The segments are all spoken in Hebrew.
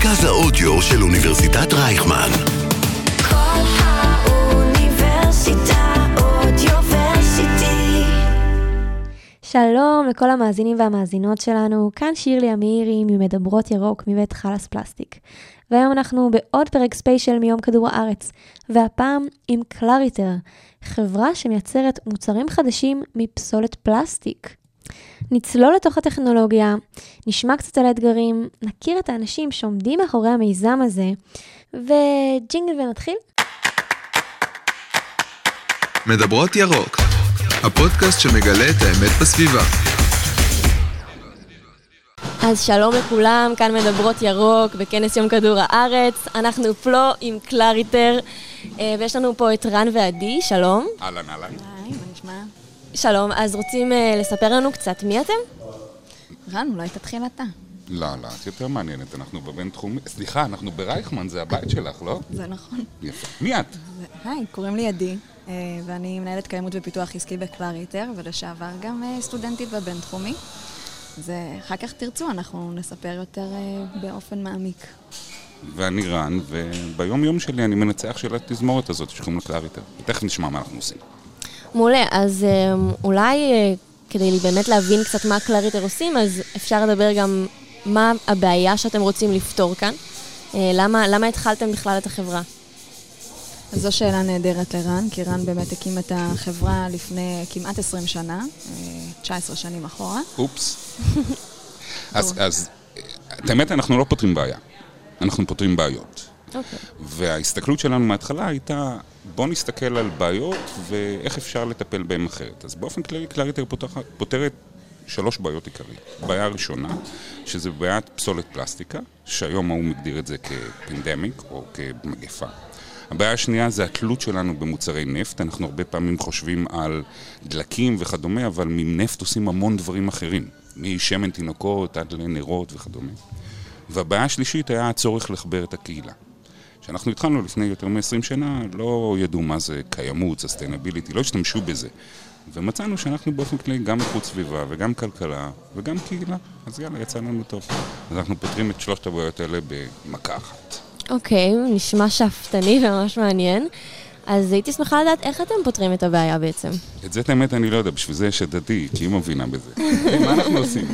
מרכז האודיו של אוניברסיטת רייכמן. כל האוניברסיטה אודיוורסיטי. שלום לכל המאזינים והמאזינות שלנו, כאן שירלי אמירי ממדברות ירוק מבית חלס פלסטיק. והיום אנחנו בעוד פרק ספיישל מיום כדור הארץ, והפעם עם קלריטר, חברה שמייצרת מוצרים חדשים מפסולת פלסטיק. נצלול לתוך הטכנולוגיה, נשמע קצת על האתגרים, נכיר את האנשים שעומדים מאחורי המיזם הזה, וג'ינגל ונתחיל. מדברות ירוק, הפודקאסט שמגלה את האמת בסביבה. אז שלום לכולם, כאן מדברות ירוק בכנס יום כדור הארץ. אנחנו פה עם קלריטר, ויש לנו פה את רן ועדי, שלום. אהלן, אהלן. היי, מה נשמע? שלום, אז רוצים לספר לנו קצת מי אתם? רן, אולי תתחיל אתה. לא, את יותר מעניינת, אנחנו בבינתחומי, סליחה, אנחנו ברייכמן, זה הבית שלך, לא? זה נכון. יפה. מי את? היי, קוראים לי עדי, ואני מנהלת קיימות ופיתוח עסקי בקלריטר, ולשעבר גם סטודנטית בבינתחומי. אחר כך תרצו, אנחנו נספר יותר באופן מעמיק. ואני רן, וביום יום שלי אני מנצח של התזמורת הזאת שקוראים לקלריטר. ותכף נשמע מה אנחנו עושים. מעולה, אז אולי כדי באמת להבין קצת מה קלריטר עושים, אז אפשר לדבר גם מה הבעיה שאתם רוצים לפתור כאן. למה התחלתם בכלל את החברה? אז זו שאלה נהדרת לרן, כי רן באמת הקים את החברה לפני כמעט 20 שנה, 19 שנים אחורה. אופס. אז האמת, אנחנו לא פותרים בעיה, אנחנו פותרים בעיות. אוקיי. וההסתכלות שלנו מההתחלה הייתה, בוא נסתכל על בעיות ואיך אפשר לטפל בהן אחרת. אז באופן כללי, קלריטר פותרת 3 בעיות עיקריות. בעיה הראשונה, שזה בעיית פסולת פלסטיקה, שהיום הוא מגדיר את זה כפנדמיק או כמגפה. הבעיה השנייה זה התלות שלנו במוצרי נפט. אנחנו הרבה פעמים חושבים על דלקים וכדומה, אבל מנפט עושים המון דברים אחרים. משמן תינוקות עד לנרות וכדומה. והבעיה השלישית היה הצורך לחבר את הקהילה. כשאנחנו התחלנו לפני יותר מ-20 שנה, לא ידעו מה זה קיימות, ססטיינביליטי, לא השתמשו בזה. ומצאנו שאנחנו באופן כללי גם איכות סביבה וגם כלכלה וגם קהילה. אז יאללה, יצא לנו טוב. אז אנחנו פותרים את 3 הבעיות האלה במכה אחת. אוקיי, נשמע שאפתני וממש מעניין. אז הייתי שמחה לדעת איך אתם פותרים את הבעיה בעצם. את זה האמת אני לא יודע, בשביל זה יש את דתי, כי היא מבינה בזה. מה אנחנו עושים?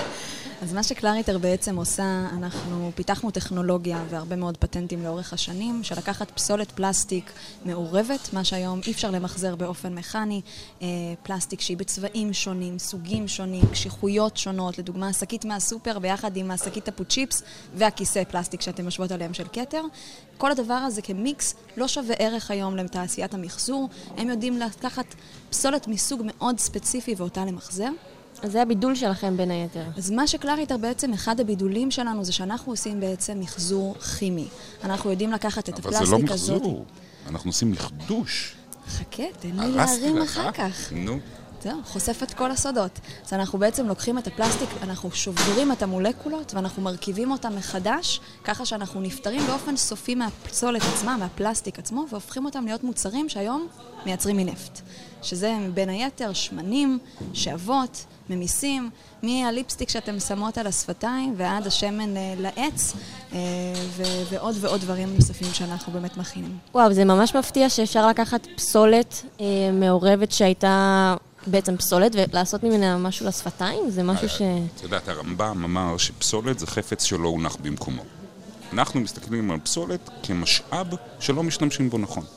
אז מה שקלריטר בעצם עושה, אנחנו פיתחנו טכנולוגיה והרבה מאוד פטנטים לאורך השנים, שלקחת פסולת פלסטיק מעורבת, מה שהיום אי אפשר למחזר באופן מכני, פלסטיק שהיא בצבעים שונים, סוגים שונים, קשיחויות שונות, לדוגמה שקית מהסופר ביחד עם השקית הפוצ'יפס והכיסא פלסטיק שאתם משוות עליהם של כתר. כל הדבר הזה כמיקס לא שווה ערך היום לתעשיית המחזור, הם יודעים לקחת פסולת מסוג מאוד ספציפי ואותה למחזר. אז זה הבידול שלכם בין היתר. אז מה שקלריטר בעצם, אחד הבידולים שלנו זה שאנחנו עושים בעצם מחזור כימי. אנחנו יודעים לקחת את הפלסטיק הזאת. אבל זה לא מחזור, אנחנו עושים מחדוש. חכה, תן לי להרים אחר כך. נו. זהו, חושף את כל הסודות. אז אנחנו בעצם לוקחים את הפלסטיק, אנחנו שוברים את המולקולות ואנחנו מרכיבים אותם מחדש, ככה שאנחנו נפטרים באופן סופי מהפסולת עצמה, מהפלסטיק עצמו, והופכים אותם להיות מוצרים שהיום מייצרים מנפט. שזה בין היתר שמנים, שאבות, ממיסים, מהליפסטיק שאתם שמות על השפתיים ועד השמן לעץ, ועוד ועוד דברים נוספים שאנחנו באמת מכינים. וואו, זה ממש מפתיע שאפשר לקחת פסולת מעורבת שהייתה בעצם פסולת ולעשות ממנה משהו לשפתיים, זה משהו את יודעת, הרמב"ם אמר שפסולת זה חפץ שלא הונח במקומו. אנחנו מסתכלים על פסולת כמשאב שלא משתמשים בו נכון.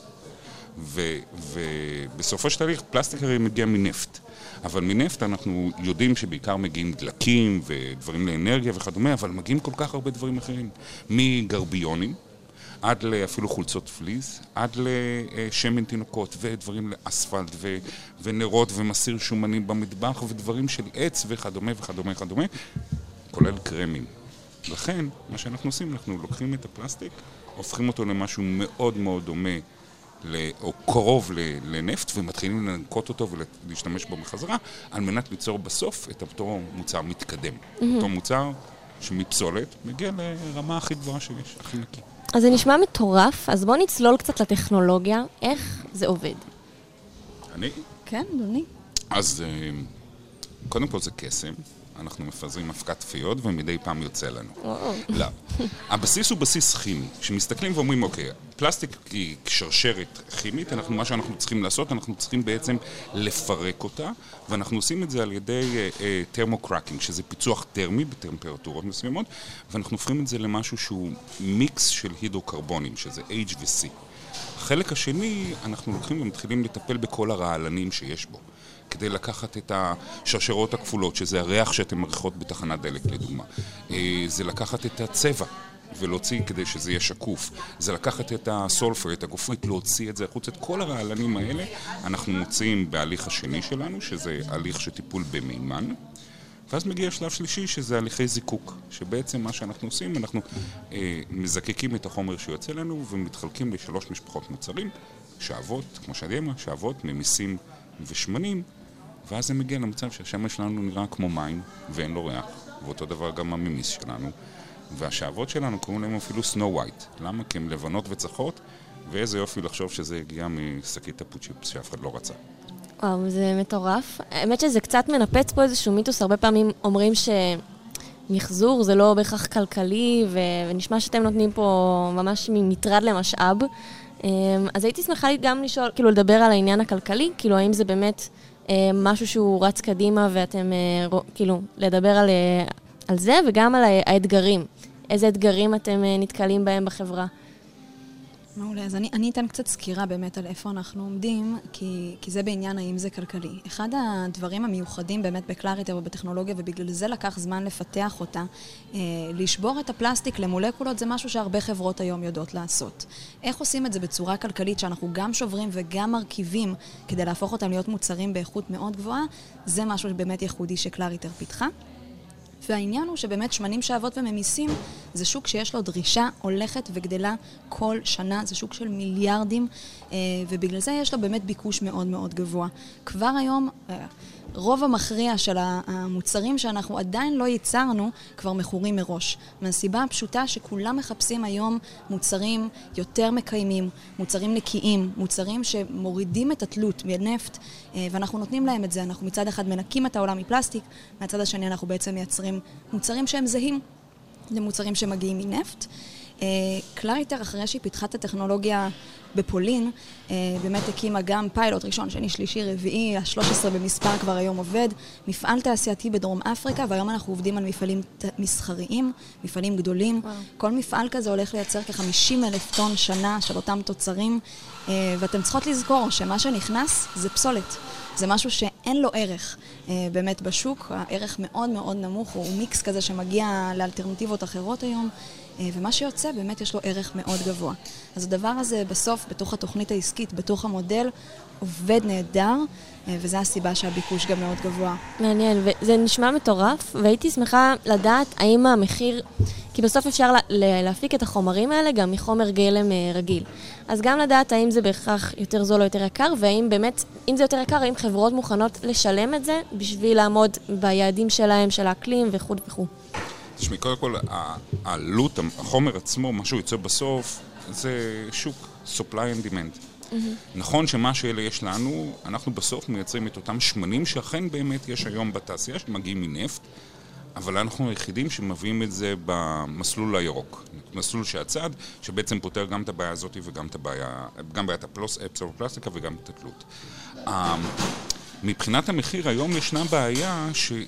ובסופו של תהליך פלסטיק הרי מגיע מנפט. אבל מנפט אנחנו יודעים שבעיקר מגיעים דלקים ודברים לאנרגיה וכדומה, אבל מגיעים כל כך הרבה דברים אחרים. מגרביונים, עד אפילו חולצות פליז, עד לשמן תינוקות ודברים לאספלט ונרות ומסיר שומנים במטבח ודברים של עץ וכדומה וכדומה וכדומה, כולל קרמים. לכן, מה שאנחנו עושים, אנחנו לוקחים את הפלסטיק, הופכים אותו למשהו מאוד מאוד דומה או קרוב לנפט, ומתחילים לנקות אותו ולהשתמש בו בחזרה, על מנת ליצור בסוף את אותו מוצר מתקדם. אותו מוצר שמפסולת מגיע לרמה הכי גבוהה שיש, הכי נקי. אז זה נשמע מטורף, אז בואו נצלול קצת לטכנולוגיה, איך זה עובד? אני? כן, אדוני. אז קודם כל זה קסם, אנחנו מפזרים אבקת פיות ומדי פעם יוצא לנו. לא. הבסיס הוא בסיס כימי. כשמסתכלים ואומרים, אוקיי, פלסטיק היא שרשרת כימית, מה שאנחנו צריכים לעשות, אנחנו צריכים בעצם לפרק אותה, ואנחנו עושים את זה על ידי תרמוקרקינג, שזה פיצוח טרמי בטמפרטורות מסוימות, ואנחנו הופכים את זה למשהו שהוא מיקס של הידרוקרבונים, שזה H ו-C. החלק השני, אנחנו לוקחים ומתחילים לטפל בכל הרעלנים שיש בו. כדי לקחת את השרשרות הכפולות, שזה הריח שאתם מריחות בתחנת דלק לדוגמה. זה לקחת את הצבע ולהוציא כדי שזה יהיה שקוף. זה לקחת את הסולפר, את הגופרית, להוציא את זה החוץ. את כל הרעלנים האלה אנחנו מוצאים בהליך השני שלנו, שזה הליך של טיפול במימן. ואז מגיע שלב שלישי, שזה הליכי זיקוק, שבעצם מה שאנחנו עושים, אנחנו מזקקים את החומר שיוצא לנו ומתחלקים לשלוש משפחות מוצרים, שעבות, כמו שהדיימה, שעבות, ממיסים ושמנים, ואז זה מגיע למצב שהשמש שלנו נראה כמו מים ואין לו ריח, ואותו דבר גם הממיס שלנו, והשעבות שלנו קוראים להם אפילו סנו ווייט. למה? כי הן לבנות וצחות, ואיזה יופי לחשוב שזה הגיע משקית טפוצ'יפס שאף אחד לא רצה. וואו, זה מטורף. האמת שזה קצת מנפץ פה איזשהו מיתוס, הרבה פעמים אומרים שמחזור זה לא בהכרח כלכלי, ונשמע שאתם נותנים פה ממש מטרד למשאב. אז הייתי שמחה גם לשאול, כאילו לדבר על העניין הכלכלי, כאילו האם זה באמת משהו שהוא רץ קדימה, ואתם כאילו לדבר על זה, וגם על האתגרים. איזה אתגרים אתם נתקלים בהם בחברה? מעולה, אז אני אתן קצת סקירה באמת על איפה אנחנו עומדים, כי זה בעניין האם זה כלכלי. אחד הדברים המיוחדים באמת בקלאריטר ובטכנולוגיה, ובגלל זה לקח זמן לפתח אותה, לשבור את הפלסטיק למולקולות, זה משהו שהרבה חברות היום יודעות לעשות. איך עושים את זה בצורה כלכלית, שאנחנו גם שוברים וגם מרכיבים, כדי להפוך אותם להיות מוצרים באיכות מאוד גבוהה, זה משהו שבאמת ייחודי שקלאריטר פיתחה. והעניין הוא שבאמת שמנים, שעבות וממיסים זה שוק שיש לו דרישה הולכת וגדלה כל שנה, זה שוק של מיליארדים, ובגלל זה יש לו באמת ביקוש מאוד מאוד גבוה. כבר היום רוב המכריע של המוצרים שאנחנו עדיין לא ייצרנו כבר מכורים מראש. מהסיבה הפשוטה שכולם מחפשים היום מוצרים יותר מקיימים, מוצרים נקיים, מוצרים שמורידים את התלות מנפט, ואנחנו נותנים להם את זה. אנחנו מצד אחד מנקים את העולם מפלסטיק, מהצד השני אנחנו בעצם מייצרים מוצרים שהם זהים למוצרים שמגיעים מנפט. קלאריטר, אחרי שהיא פיתחה את הטכנולוגיה בפולין, באמת הקימה גם פיילוט ראשון, שני, שלישי, רביעי, ה-13 במספר כבר היום עובד, מפעל תעשייתי בדרום אפריקה, והיום אנחנו עובדים על מפעלים מסחריים, מפעלים גדולים. וואו. כל מפעל כזה הולך לייצר כ-50,000 טון שנה של אותם תוצרים, ואתם צריכות לזכור שמה שנכנס זה פסולת. זה משהו שאין לו ערך באמת בשוק, הערך מאוד מאוד נמוך, הוא מיקס כזה שמגיע לאלטרנטיבות אחרות היום, ומה שיוצא באמת יש לו ערך מאוד גבוה. אז הדבר הזה בסוף, בתוך התוכנית העסקית, בתוך המודל, עובד נהדר, וזו הסיבה שהביקוש גם מאוד גבוה. מעניין, וזה נשמע מטורף, והייתי שמחה לדעת האם המחיר, כי בסוף אפשר להפיק את החומרים האלה גם מחומר גלם רגיל. אז גם לדעת האם זה בהכרח יותר זול או יותר יקר, והאם באמת, אם זה יותר יקר, האם חברות מוכנות לשלם את זה בשביל לעמוד ביעדים שלהם, של האקלים וכו' וכו'. תשמעי, קודם כל, העלות, החומר עצמו, מה שהוא יוצא בסוף, זה שוק, supply and demand. נכון שמה שאלה יש לנו, אנחנו בסוף מייצרים את אותם שמנים שאכן באמת יש היום בתעשייה שמגיעים מנפט, אבל אנחנו היחידים שמביאים את זה במסלול הירוק. מסלול שהצד, שבעצם פותר גם את הבעיה הזאת וגם את הבעיה, גם בעיית הפסולופלסטיקה וגם את התלות. מבחינת המחיר, היום ישנה בעיה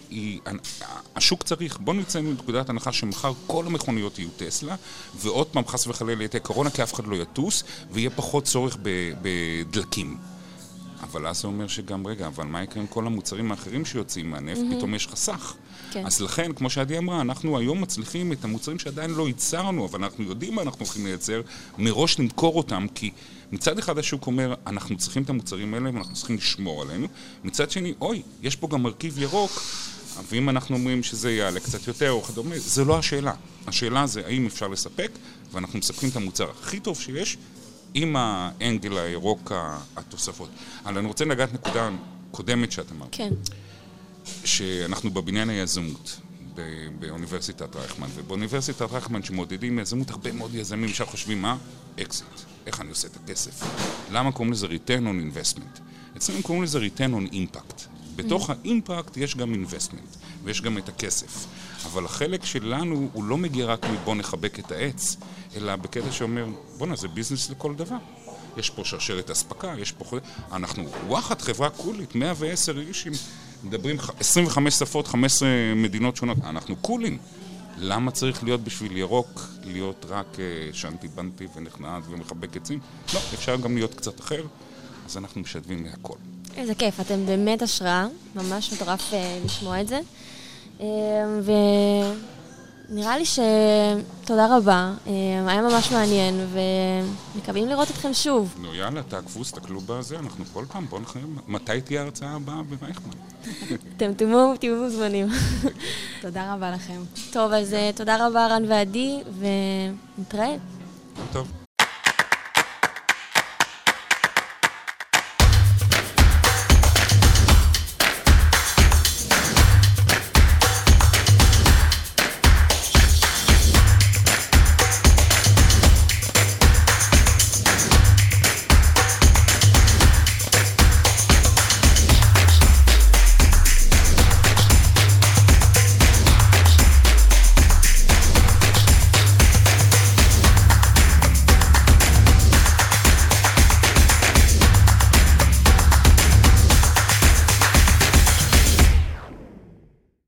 שהשוק צריך, בוא נצא מנקודת הנחה שמחר כל המכוניות יהיו טסלה, ועוד פעם חס וחלילה תהיה קורונה, כי אף אחד לא יטוס, ויהיה פחות צורך בדלקים. אבל אז זה אומר שגם, רגע, אבל מה יקרה עם כל המוצרים האחרים שיוצאים מהנפט? פתאום יש חסך. כן. אז לכן, כמו שעדי אמרה, אנחנו היום מצליחים את המוצרים שעדיין לא ייצרנו, אבל אנחנו יודעים מה אנחנו הולכים לייצר, מראש למכור אותם, כי מצד אחד השוק אומר, אנחנו צריכים את המוצרים האלה, ואנחנו צריכים לשמור עלינו. מצד שני, אוי, יש פה גם מרכיב ירוק, ואם אנחנו אומרים שזה יעלה קצת יותר או כדומה, זה לא השאלה. השאלה זה האם אפשר לספק, ואנחנו מספקים את המוצר הכי טוב שיש, עם האנגל הירוק התוספות. אבל אני רוצה לגעת נקודה קודמת שאת אמרת. כן. שאנחנו בבניין היזמות באוניברסיטת רייכמן, ובאוניברסיטת רייכמן שמודדים יזמות, הרבה מאוד יזמים שחושבים מה? אקזיט. איך אני עושה את הכסף? למה קוראים לזה return on investment? אצלנו קוראים לזה return on impact. בתוך האימפקט יש גם אינבסטמנט, ויש גם את הכסף. אבל החלק שלנו הוא לא מגיע רק מבוא נחבק את העץ, אלא בקטע שאומר, בוא'נה, זה ביזנס לכל דבר. יש פה שרשרת הספקה, יש פה... אנחנו וואחד חברה קולית, 110 אישים, מדברים 25 שפות, 15 מדינות שונות. אנחנו קולים. למה צריך להיות בשביל ירוק, להיות רק שנתי בנתי ונחנד ומחבק עצים? לא, אפשר גם להיות קצת אחר, אז אנחנו משתווים מהכל. איזה כיף, אתם באמת השראה, ממש מטורף לשמוע את זה. ונראה לי שתודה רבה, היה ממש מעניין, ומקווים לראות אתכם שוב. נו יאללה, תעקבו, סתכלו בזה, אנחנו כל פעם, בואו נחיה, מתי תהיה ההרצאה הבאה ברייכמן? אתם תהיו מוזמנים. תודה רבה לכם. טוב, אז תודה רבה רן ועדי, ונתראה. טוב.